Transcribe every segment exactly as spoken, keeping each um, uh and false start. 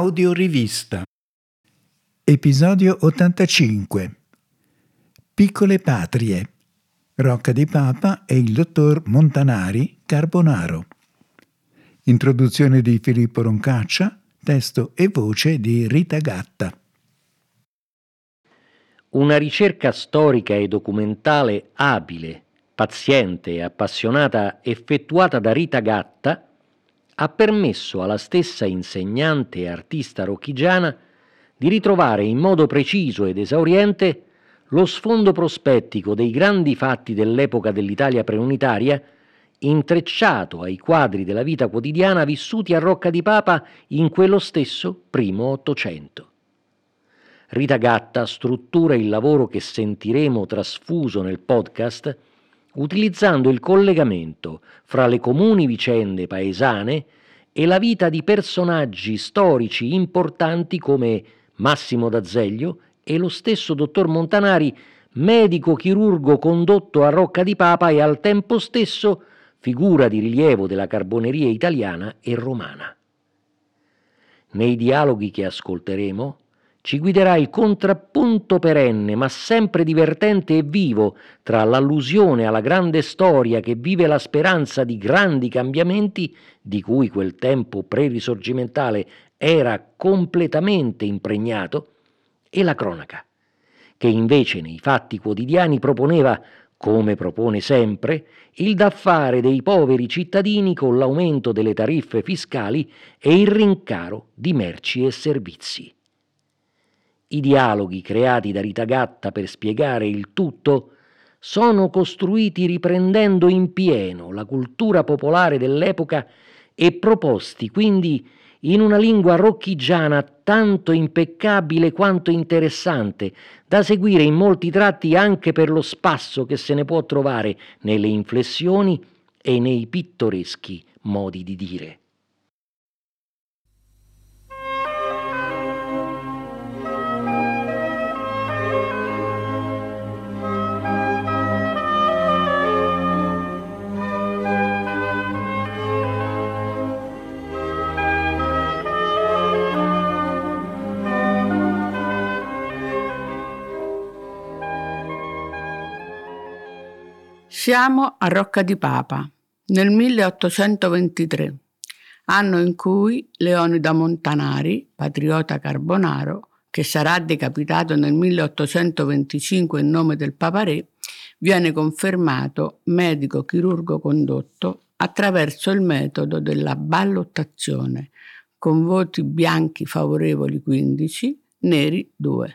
Audiorivista. Episodio ottantacinque. Piccole patrie. Rocca di Papa e il dottor Montanari Carbonaro. Introduzione di Filippo Roncaccia, testo e voce di Rita Gatta. Una ricerca storica e documentale abile, paziente e appassionata effettuata da Rita Gatta ha permesso alla stessa insegnante e artista rocchigiana di ritrovare in modo preciso ed esauriente lo sfondo prospettico dei grandi fatti dell'epoca dell'Italia preunitaria, intrecciato ai quadri della vita quotidiana vissuti a Rocca di Papa in quello stesso primo Ottocento. Rita Gatta struttura il lavoro che sentiremo trasfuso nel podcast utilizzando il collegamento fra le comuni vicende paesane e la vita di personaggi storici importanti come Massimo d'Azeglio e lo stesso dottor Montanari, medico chirurgo condotto a Rocca di Papa e al tempo stesso figura di rilievo della carboneria italiana e romana. Nei dialoghi che ascolteremo ci guiderà il contrappunto perenne, ma sempre divertente e vivo, tra l'allusione alla grande storia che vive la speranza di grandi cambiamenti di cui quel tempo pre-risorgimentale era completamente impregnato, e la cronaca, che invece nei fatti quotidiani proponeva, come propone sempre, il da fare dei poveri cittadini con l'aumento delle tariffe fiscali e il rincaro di merci e servizi. I dialoghi creati da Rita Gatta per spiegare il tutto sono costruiti riprendendo in pieno la cultura popolare dell'epoca e proposti quindi in una lingua rocchigiana tanto impeccabile quanto interessante, da seguire in molti tratti anche per lo spasso che se ne può trovare nelle inflessioni e nei pittoreschi modi di dire. Siamo a Rocca di Papa, nel milleottocentoventitré, anno in cui Leonida Montanari, patriota Carbonaro, che sarà decapitato nel milleottocentoventicinque in nome del Papa Re, viene confermato medico chirurgo condotto attraverso il metodo della ballottazione, con voti bianchi favorevoli quindici, neri due.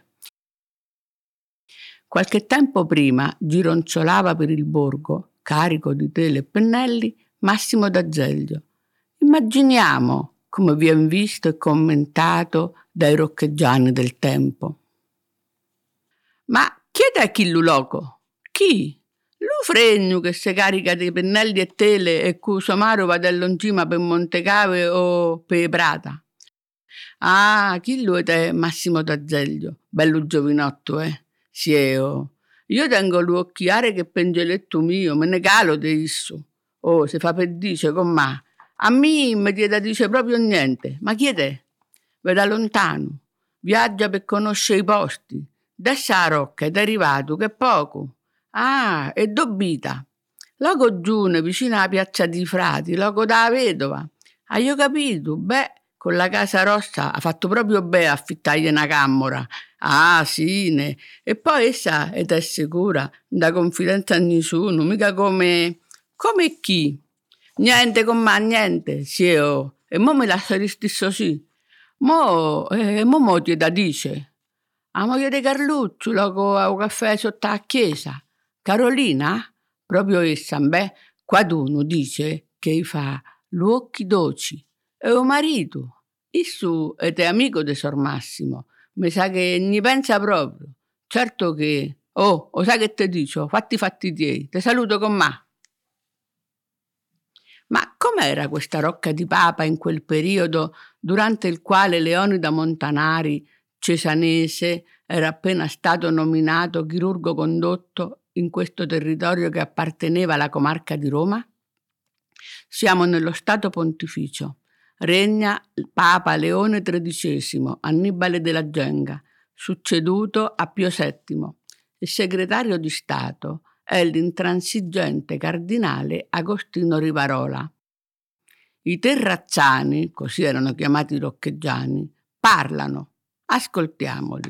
Qualche tempo prima gironciolava per il borgo, carico di tele e pennelli, Massimo d'Azeglio. Immaginiamo come vien visto e commentato dai roccheggiani del tempo. Ma chiede a chi lu loco? Chi? Lu fregno che se carica dei pennelli e tele e cu somaro va dall'oncima per Montecave o per Prata? Ah, chi lu è Massimo d'Azeglio? Bello giovinotto, eh? Sieo, io tengo l'occhiare che pengeletto mio, me ne calo di isso. Oh, se fa per dice con ma. A me mi da dice proprio niente. Ma chi è? Veda lontano, viaggia per conoscere i posti. Dessa rocca è arrivato, che poco. Ah, è dobita. Logo giù, vicino alla piazza di Frati, logo da vedova. Hai io capito? Beh, con la Casa Rossa ha fatto proprio bene affittargli una camera. Ah, sì, ne. E poi essa ed è sicura, da confidenza a nessuno, mica come... come chi? Niente con me, niente, sì, oh. E mo mi lasceresti così. Mo, e eh, mo mo ti da dice. La moglie di Carluccio, logo a un caffè sotto la chiesa. Carolina? Proprio essa, beh, quaduno dice che fa l'occhi doci. E un marito. Issu è amico di Sor Massimo. Mi sa che ne pensa proprio. Certo che... Oh, o sai che te dico? Fatti i fatti tiei. Te saluto con me. Ma com'era questa Rocca di Papa in quel periodo durante il quale Leonida Montanari, cesanese, era appena stato nominato chirurgo condotto in questo territorio che apparteneva alla comarca di Roma? Siamo nello Stato Pontificio, regna il Papa Leone tredicesimo, Annibale della Genga, succeduto a Pio settimo. Il segretario di Stato è l'intransigente cardinale Agostino Rivarola. I terrazzani, così erano chiamati i roccheggiani, parlano. Ascoltiamoli.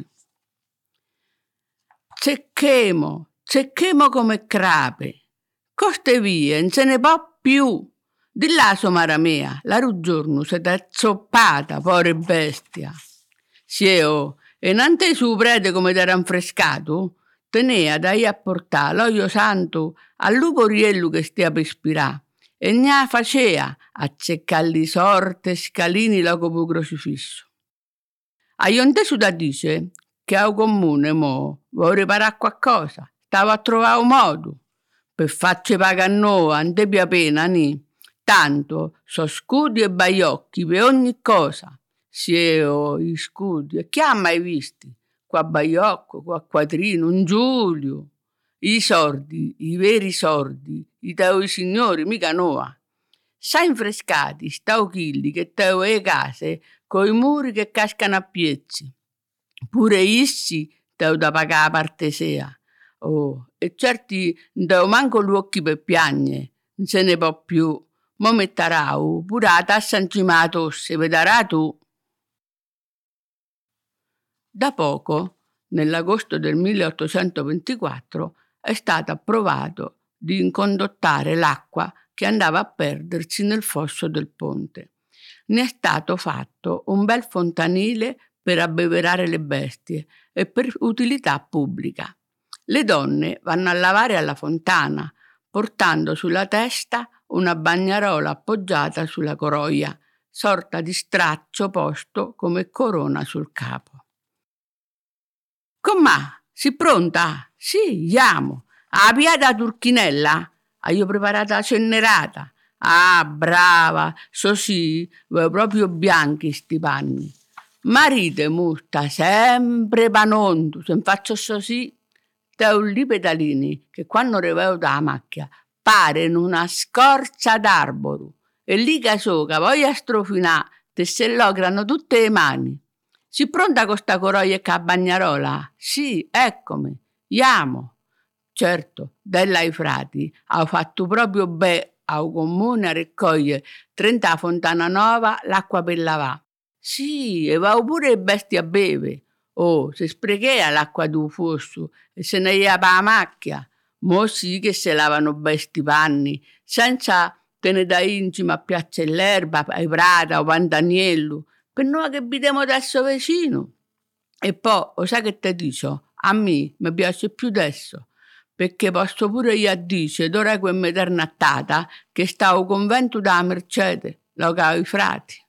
Cecchemo, cecchemo come crape. Coste vie, non se ne può più. Di là, somara mia, la ruggiorno se t'è zoppata, povera bestia. Sieo, e non te su prete come t'era infrescato? Tenea dai a portare l'olio santo al lupo riello che stia per spirà. E gna facea a ceccalli sorte scalini loco pu crocifisso. A ionte su da dice che al comune mo vuoi riparare qualcosa, stavo a trovare un modo per farci pagare a noi, ante pia pena, ni. Tanto so scudi e baiocchi per ogni cosa. Sieo, i scudi, e chi ha mai visti? Qua baiocco, qua quattrino, un Giulio. I sordi, i veri sordi, i teu signori, mica noa. Sa infrescati, stau chilli che teu e case, coi muri che cascano a piezzi. Pure issi teu da pagare a parte sea. Oh, e certi teu manco gli occhi per piagne, non se ne può più. Mo mettarau pure la tassa in cima alla tosse, vedrà tu. Da poco, nell'agosto del milleottocentoventiquattro, è stato approvato di incondottare l'acqua che andava a perdersi nel fosso del ponte. Ne è stato fatto un bel fontanile per abbeverare le bestie e per utilità pubblica. Le donne vanno a lavare alla fontana, portando sulla testa una bagnarola appoggiata sulla coroia, sorta di straccio posto come corona sul capo. Com'à? Si pronta? Sì, iamo. A piada turchinella? Ha io preparata la cennerata. Ah, brava, so sì, voi proprio bianchi sti panni. Marite musta sempre panontu, se faccio così, teu lì pedalini, che quando riveo da macchia, pare in una scorza d'arboro, e lì che so che voglia strofinà, te se lograno tutte le mani. Si pronta con sta coroia e ca bagnarola? Sì, eccomi, iamo. Certo, della ai frati, ha fatto proprio bene al comune a raccogliere trenta fontana nuova l'acqua per lavare. Sì, e va pure le bestie a bere. Oh, se sprechea l'acqua du fosso e se ne ia pa la macchia. Mo sì che se lavano besti panni, senza tenere da incima a piazza l'erba, ai prata o pantaniello, per noi che abitiamo adesso vicino. E poi, lo sai che te dico? A me mi piace più adesso, perché posso pure io a dire, d'ora che mi tornata, che stavo convento da Mercede, lo che i frati.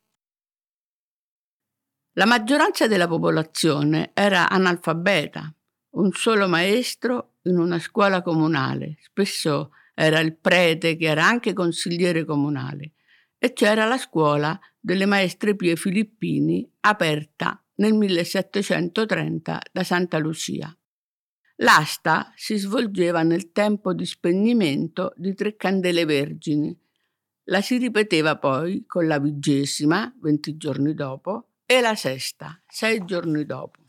La maggioranza della popolazione era analfabeta, un solo maestro in una scuola comunale, spesso era il prete che era anche consigliere comunale, e c'era la scuola delle maestre Pie Filippini aperta nel millesettecentotrenta da Santa Lucia. L'asta si svolgeva nel tempo di spegnimento di tre candele vergini. La si ripeteva poi con la vigesima, venti giorni dopo, e la sesta, sei giorni dopo.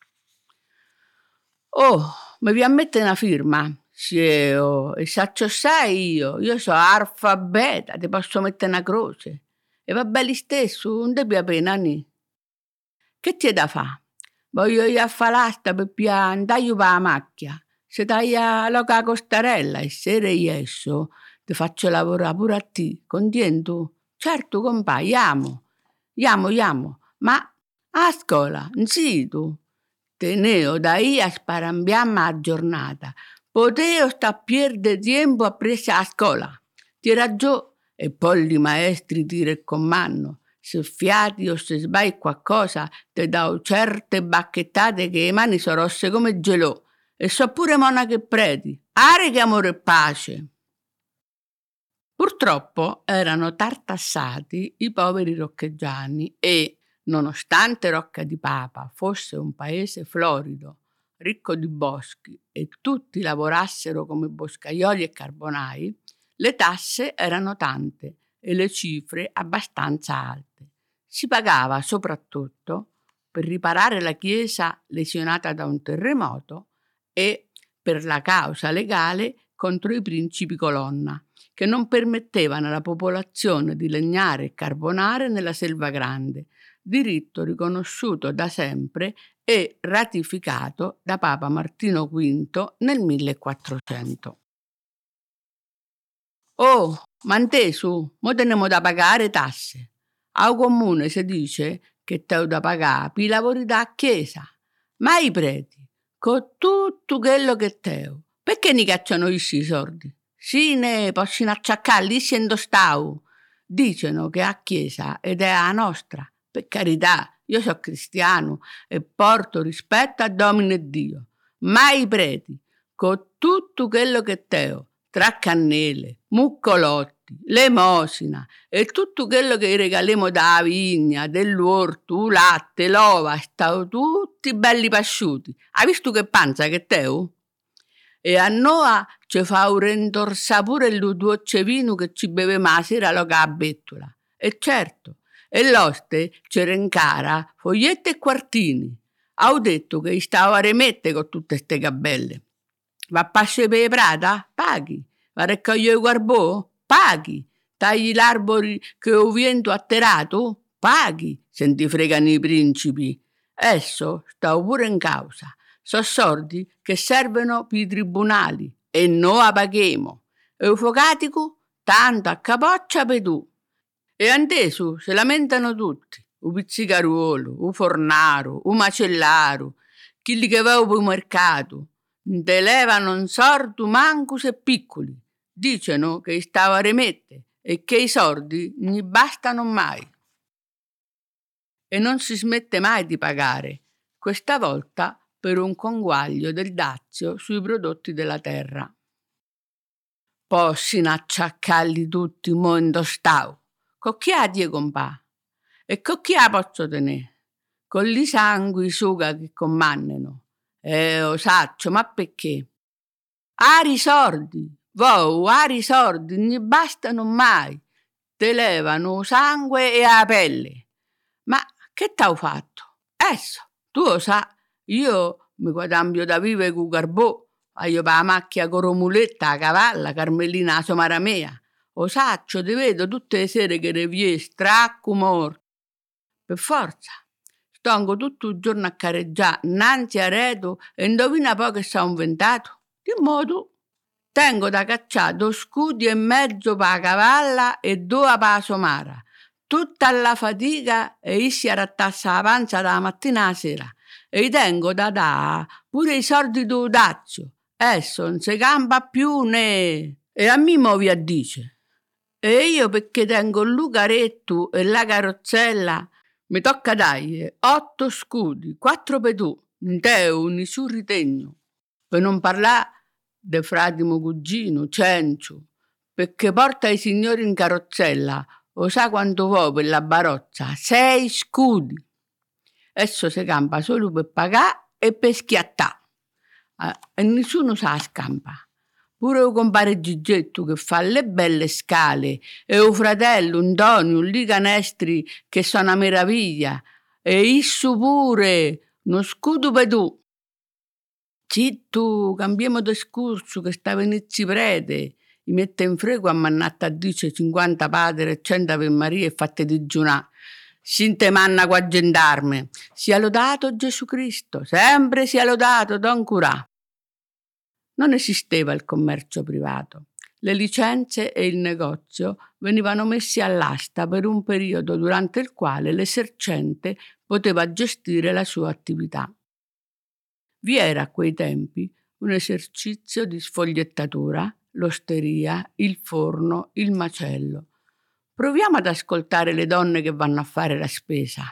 Oh, mi vi ammette una firma? Sì, oh, e saccio sai io, io so alfabeta, ti posso mettere una croce. E va bene stesso, non devi pena, ni. Che ti è da fa? Voglio io a fa l'asta per andare per la macchia. Se dai a loca costarella e sera iesso, ti faccio lavorare pure a te, contiento? Certo, compà, iamo, iamo, iamo, ma a scuola, non si tu. Teneo da io a sparambiamma a giornata. Poteo sta a perdere tempo a presa a scuola. Ti ragione, e poi i maestri ti raccomando. Se fiati o se sbagli qualcosa, ti do certe bacchettate che le mani sono rosse come gelò. E so pure monache preti. Are che amore e pace. Purtroppo erano tartassati i poveri roccheggiani e, nonostante Rocca di Papa fosse un paese florido, ricco di boschi e tutti lavorassero come boscaioli e carbonai, le tasse erano tante e le cifre abbastanza alte. Si pagava soprattutto per riparare la chiesa lesionata da un terremoto e per la causa legale contro i principi colonna, che non permettevano alla popolazione di legnare e carbonare nella Selva Grande, diritto riconosciuto da sempre e ratificato da Papa Martino V nel millequattrocento. Oh, mantesu, mo teniamo da pagare tasse. Al comune si dice che te da pagare per i lavori da chiesa, ma i preti, con tutto quello che teo, perché ne cacciano i soldi? Sì, ne possono acciaccarli essendo stau. Dicono che a chiesa ed è a nostra. Per carità, io sono cristiano e porto rispetto a Domine Dio. Ma i preti, con tutto quello che teo, tra cannelle, muccolotti, lemosina e tutto quello che regaliamo da vigna, dell'orto, latte, l'ova, stavo tutti belli pasciuti. Hai visto che panza che teo? E a noi ci fa un rendorsa pure il duocce vino che ci bevemo la sera loca a bettola. E certo, e l'oste c'era in cara fogliette e quartini. Ho detto che stavo a remette con tutte ste gabelle. Va a pasce per prata? Paghi. Va a raccogliere il guarbò? Paghi. Tagli l'arbori che ho vento atterato? Paghi. Se non ti fregano i principi. Esso stavo pure in causa. So sordi che servono per i tribunali e noi a paghiamo. E il focatico tanto a capoccia per tu. E antesu se lamentano tutti. U pizzicaruolo, u fornaro, u macellaro, quelli che va per il mercato. Te levano un sordo manco se piccoli. Dicono che stava a remette e che i sordi non gli bastano mai. E non si smette mai di pagare, questa volta per un conguaglio del dazio sui prodotti della terra. Possino acciaccarli tutti mo indostau. Con chi ha die compà? E con chi ha posso tenere? Con li sangui suga che comandano. Eh, o saccio, ma perché? Ari sordi, voi, ari sordi, non gli bastano mai. Te levano sangue e la pelle. Ma che t'ho fatto? Esso, tu lo sa, io mi guadambio da vive con garbò, io pa la macchia con Romuletta, a cavalla, Carmelina, a somara mia. O saccio, ti vedo tutte le sere che ne vie stracco morto. Per forza. Stongo tutto il giorno a careggiare innanzi a reto e indovina poi che s'ha inventato? Di modo tengo da cacciare due scudi e mezzo per la cavalla e due per la somara. Tutta alla fatica e issi arattassa la pancia dalla mattina alla sera. E tengo da da pure i soldi do dazio. Esso non si campa più né. E a me mo vi addice. E io perché tengo il lucaretto e la carrozzella mi tocca dare otto scudi, quattro per tu, un teo, un su ritegno. Per non parlare de fratimo cugino, Cencio, perché porta i signori in carrozzella, o sa quanto vuoi per la barozza? Sei scudi. Esso si campa solo per pagare e per schiattare. Eh, e nessuno sa scampa. Pure il compare Gigetto che fa le belle scale e il fratello Antonio, lì canestri che sono una meraviglia. E issu pure, uno scudo per tu. Zitto, cambiamo discorso che sta venizzi prete. I mette in frego a mannatta a dice cinquanta padre e cento per Maria e fatte digiunà. Sinte manna qua gendarme. Sia lodato Gesù Cristo, sempre sia lodato Don Curà. Non esisteva il commercio privato. Le licenze e il negozio venivano messi all'asta per un periodo durante il quale l'esercente poteva gestire la sua attività. Vi era a quei tempi un esercizio di sfogliettatura, l'osteria, il forno, il macello. Proviamo ad ascoltare le donne che vanno a fare la spesa.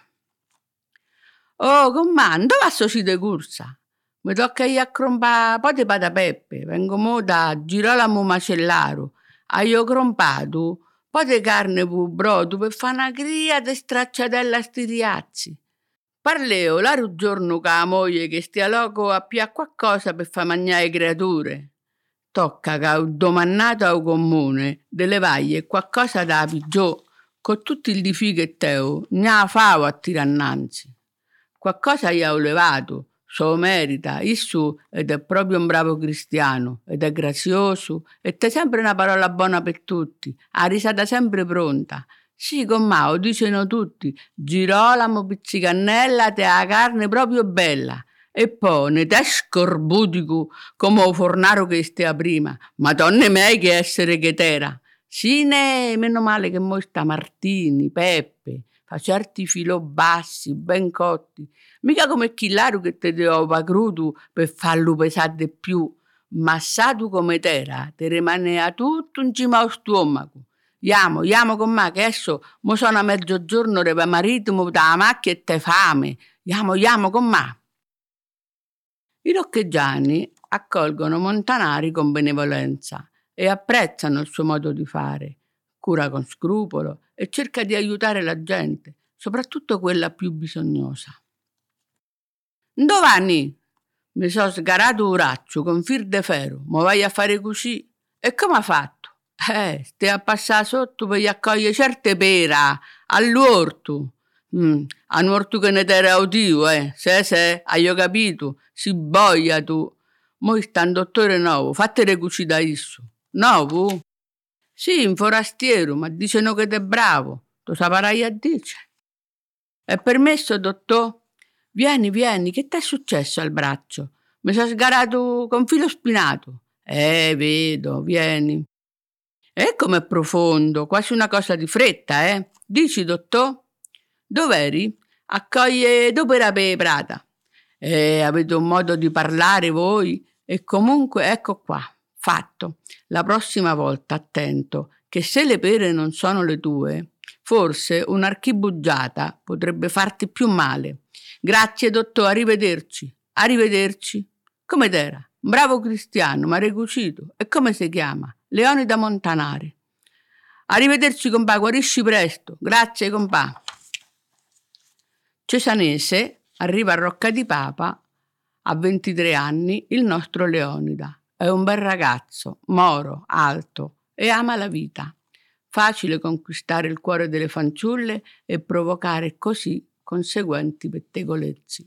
Oh, comando, va so si de cursa. Mi tocca io a crompare un po' di patapeppe, vengo mo da Girolamo Macellaro. Ho crompato un po' di carne per brodo per fare una cria di stracciatella a sti riazzi. Parleo l'altro giorno con la moglie che stia loco a pià qualcosa per far mangiare le creature. tocca che ho domandato al comune delle vaglie qualcosa da pigiò, con tutti il difì che teo, ne ha favo a tirannanzi. Qualcosa gli ho levato, so merita, issu ed è proprio un bravo cristiano, ed è grazioso, e te sempre una parola buona per tutti, ha risata sempre pronta. Sì, con Mao dicono tutti, girolamo, pizzicannella, te la carne proprio bella. E poi ne te scorbutico come o fornaro che stea prima, madonna me che essere che t'era. Sì, ne, meno male che mo sta Martini, Peppe, fa certi filo bassi, ben cotti, mica come Chillaru che te deva crudo per farlo pesare di più, ma sa tu come t'era, te rimanea tutto in cima allo stomaco. Iamo, iamo con me che adesso mo sono a mezzogiorno per marito mo da macchia e te fame. Iamo, iamo con me. I roccheggiani accolgono Montanari con benevolenza e apprezzano il suo modo di fare. Cura con scrupolo e cerca di aiutare la gente, soprattutto quella più bisognosa. Dov'anni? Mi sono sgarato un raccio con fil de ferro, mo vai a fare così. E come ha fatto? Eh, stai a passare sotto per accogliere certe pera all'orto. Mm, a un orto che ne t'era udito, eh. Se, se, hai capito? Si boia tu. Mo sta un dottore nuovo, fattere cucì da isso. Nuovo? Sì, un forastiero, ma dicono che t'è bravo. Tu saparai a dice. È permesso, dottor? Vieni, vieni, che t'è successo al braccio? Mi sono sgarato con filo spinato. Eh, vedo, vieni. E com'è profondo, quasi una cosa di fretta, eh? Dici, dottor? Dov'eri? A coglie dopo era per Prata. Eh, avete un modo di parlare voi? E comunque ecco qua, fatto. La prossima volta attento che se le pere non sono le tue, forse un'archibugiata potrebbe farti più male. Grazie, dottor, arrivederci. Arrivederci. Come t'era? Un bravo cristiano, ma recucito. E come si chiama? Leonida Montanari. Arrivederci, compà, guarisci presto. Grazie, compà. Cesanese arriva a Rocca di Papa a ventitré anni, il nostro Leonida. È un bel ragazzo, moro, alto e ama la vita. Facile conquistare il cuore delle fanciulle e provocare così conseguenti pettegolezzi.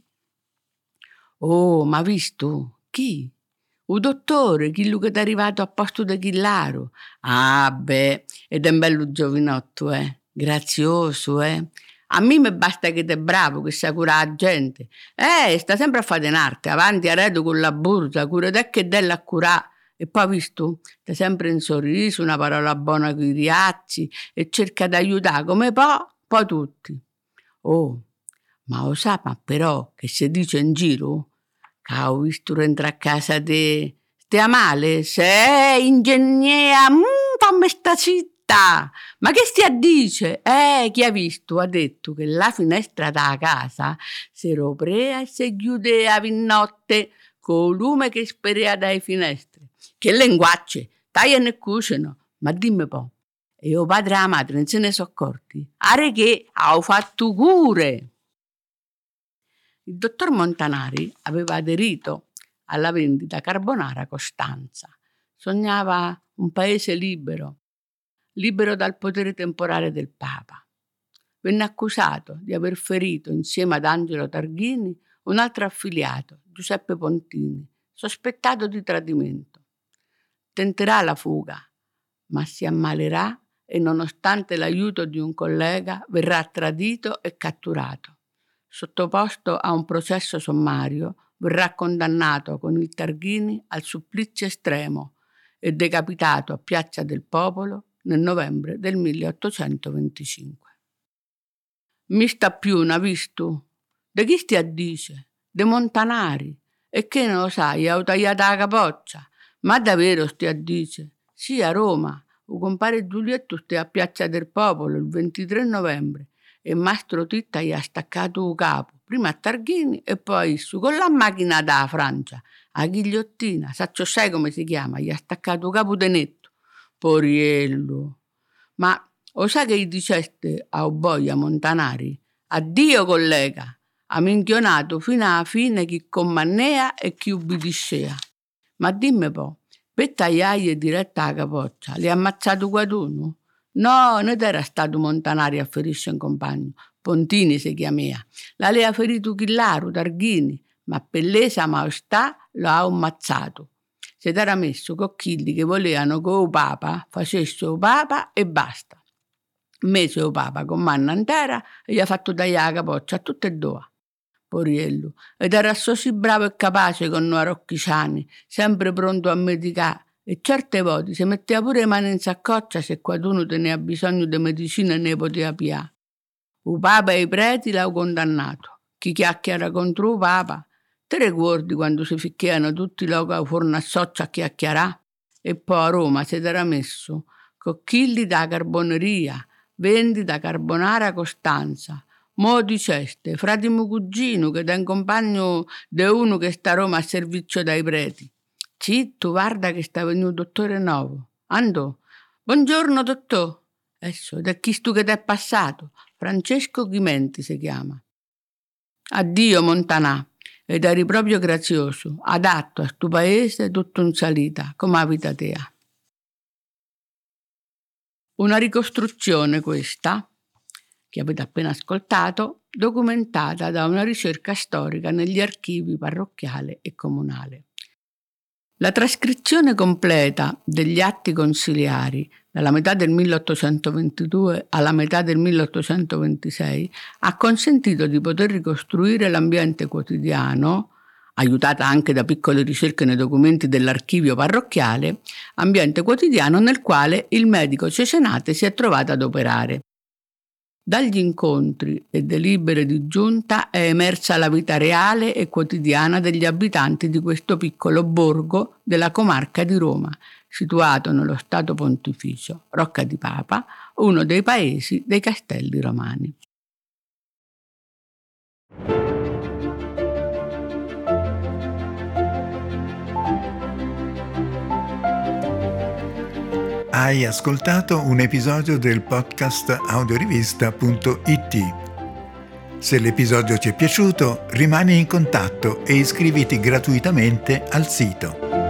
Oh, ma visto? Chi? Un dottore, quello che è arrivato a posto di Chillaro. Ah, beh, ed è un bello giovinotto, eh? Grazioso, eh? A me mi basta che t'è bravo, che sa curare la gente. Eh, sta sempre a fare denarte, avanti arredo con la bursa, cura te che della a curare. E poi visto, t'è sempre un sorriso, una parola buona con i riazzi e cerca di aiutare come può, poi tutti. Oh, ma lo sa, ma però, che si dice in giro, che ho visto rientrare a casa te, stia male? Se ingegnea, mm, fammi sta zitta. Ma che stia a dice? Eh, chi ha visto ha detto che la finestra da casa si roprea e si chiudea di notte col lume che sperea dai finestre. Che linguacce, tagliano e cuciono. Ma dimmi un po', e o padre e la madre non se ne sono accorti? Are che ho fatto cure. Il dottor Montanari aveva aderito alla vendita carbonara a Costanza. Sognava un paese libero, libero dal potere temporale del Papa. Venne accusato di aver ferito insieme ad Angelo Targhini un altro affiliato, Giuseppe Pontini, sospettato di tradimento. Tenterà la fuga, ma si ammalerà e nonostante l'aiuto di un collega verrà tradito e catturato. Sottoposto a un processo sommario, verrà condannato con il Targhini al supplizio estremo e decapitato a Piazza del Popolo nel novembre del milleottocentoventicinque. Mi sta più, n'ha visto? De chi stia a dice? De Montanari. E che non lo sai, ho tagliato la capoccia. Ma davvero stia a dice? Sì, a Roma. O compare Giulietto stia a Piazza del Popolo il ventitré novembre e Mastro Titta gli ha staccato il capo, prima a Targhini e poi su con la macchina da Francia, a ghigliottina, saccio sai come si chiama, gli ha staccato il capo de netto. Poriello. Ma o sa che gli diceste a Boia Montanari? Addio collega, ha minchionato fino alla fine chi commannea e chi ubbidiscea. Ma dimmi po', Per tagliare diretta alla capoccia, li ha ammazzato qualcuno? No, non era stato Montanari a ferirsi un compagno. Pontini si chiamava. La le ha ferito Chillaru, Targhini, ma per lesa maestà lo ha ammazzato. Si era messo con quelli che volevano che il Papa facesse il Papa e basta. Mese il Papa con manna intera e gli ha fatto tagliare la capoccia a tutte e due. Poriello, ed era così bravo e capace con noi rocchiciani, sempre pronto a medicare, e certe volte si metteva pure le mani in saccoccia se qualcuno teneva bisogno di medicina e ne poteva piare. Il Papa e i preti l'hanno condannato. Chi chiacchiera contro il Papa? Te ricordi quando si ficchiano tutti logo a forno a soccia a chiacchierà? E poi a Roma si era messo cocchilli da carboneria, vendi da carbonara a Costanza, mo diceste, frati mio cugino che è un compagno di uno che sta a Roma a servizio dai preti. Sì, tu guarda che sta venuto dottore nuovo. Andò. Buongiorno dottore. Esso, ed è chi stu che t'è passato? Francesco Chimenti si chiama. Addio Montanà. Ed eri proprio grazioso, adatto a stu paese tutto in salita, come la vita tea. Una ricostruzione questa, che avete appena ascoltato, documentata da una ricerca storica negli archivi parrocchiale e comunale. La trascrizione completa degli atti consiliari dalla metà del milleottocentoventidue alla metà del milleottocentoventisei ha consentito di poter ricostruire l'ambiente quotidiano, aiutata anche da piccole ricerche nei documenti dell'archivio parrocchiale, ambiente quotidiano nel quale il medico cesenate si è trovato ad operare. Dagli incontri e delibere di giunta è emersa la vita reale e quotidiana degli abitanti di questo piccolo borgo della comarca di Roma, situato nello Stato Pontificio, Rocca di Papa, uno dei paesi dei Castelli Romani. Hai ascoltato un episodio del podcast audiorivista punto it. Se l'episodio ti è piaciuto, rimani in contatto e iscriviti gratuitamente al sito.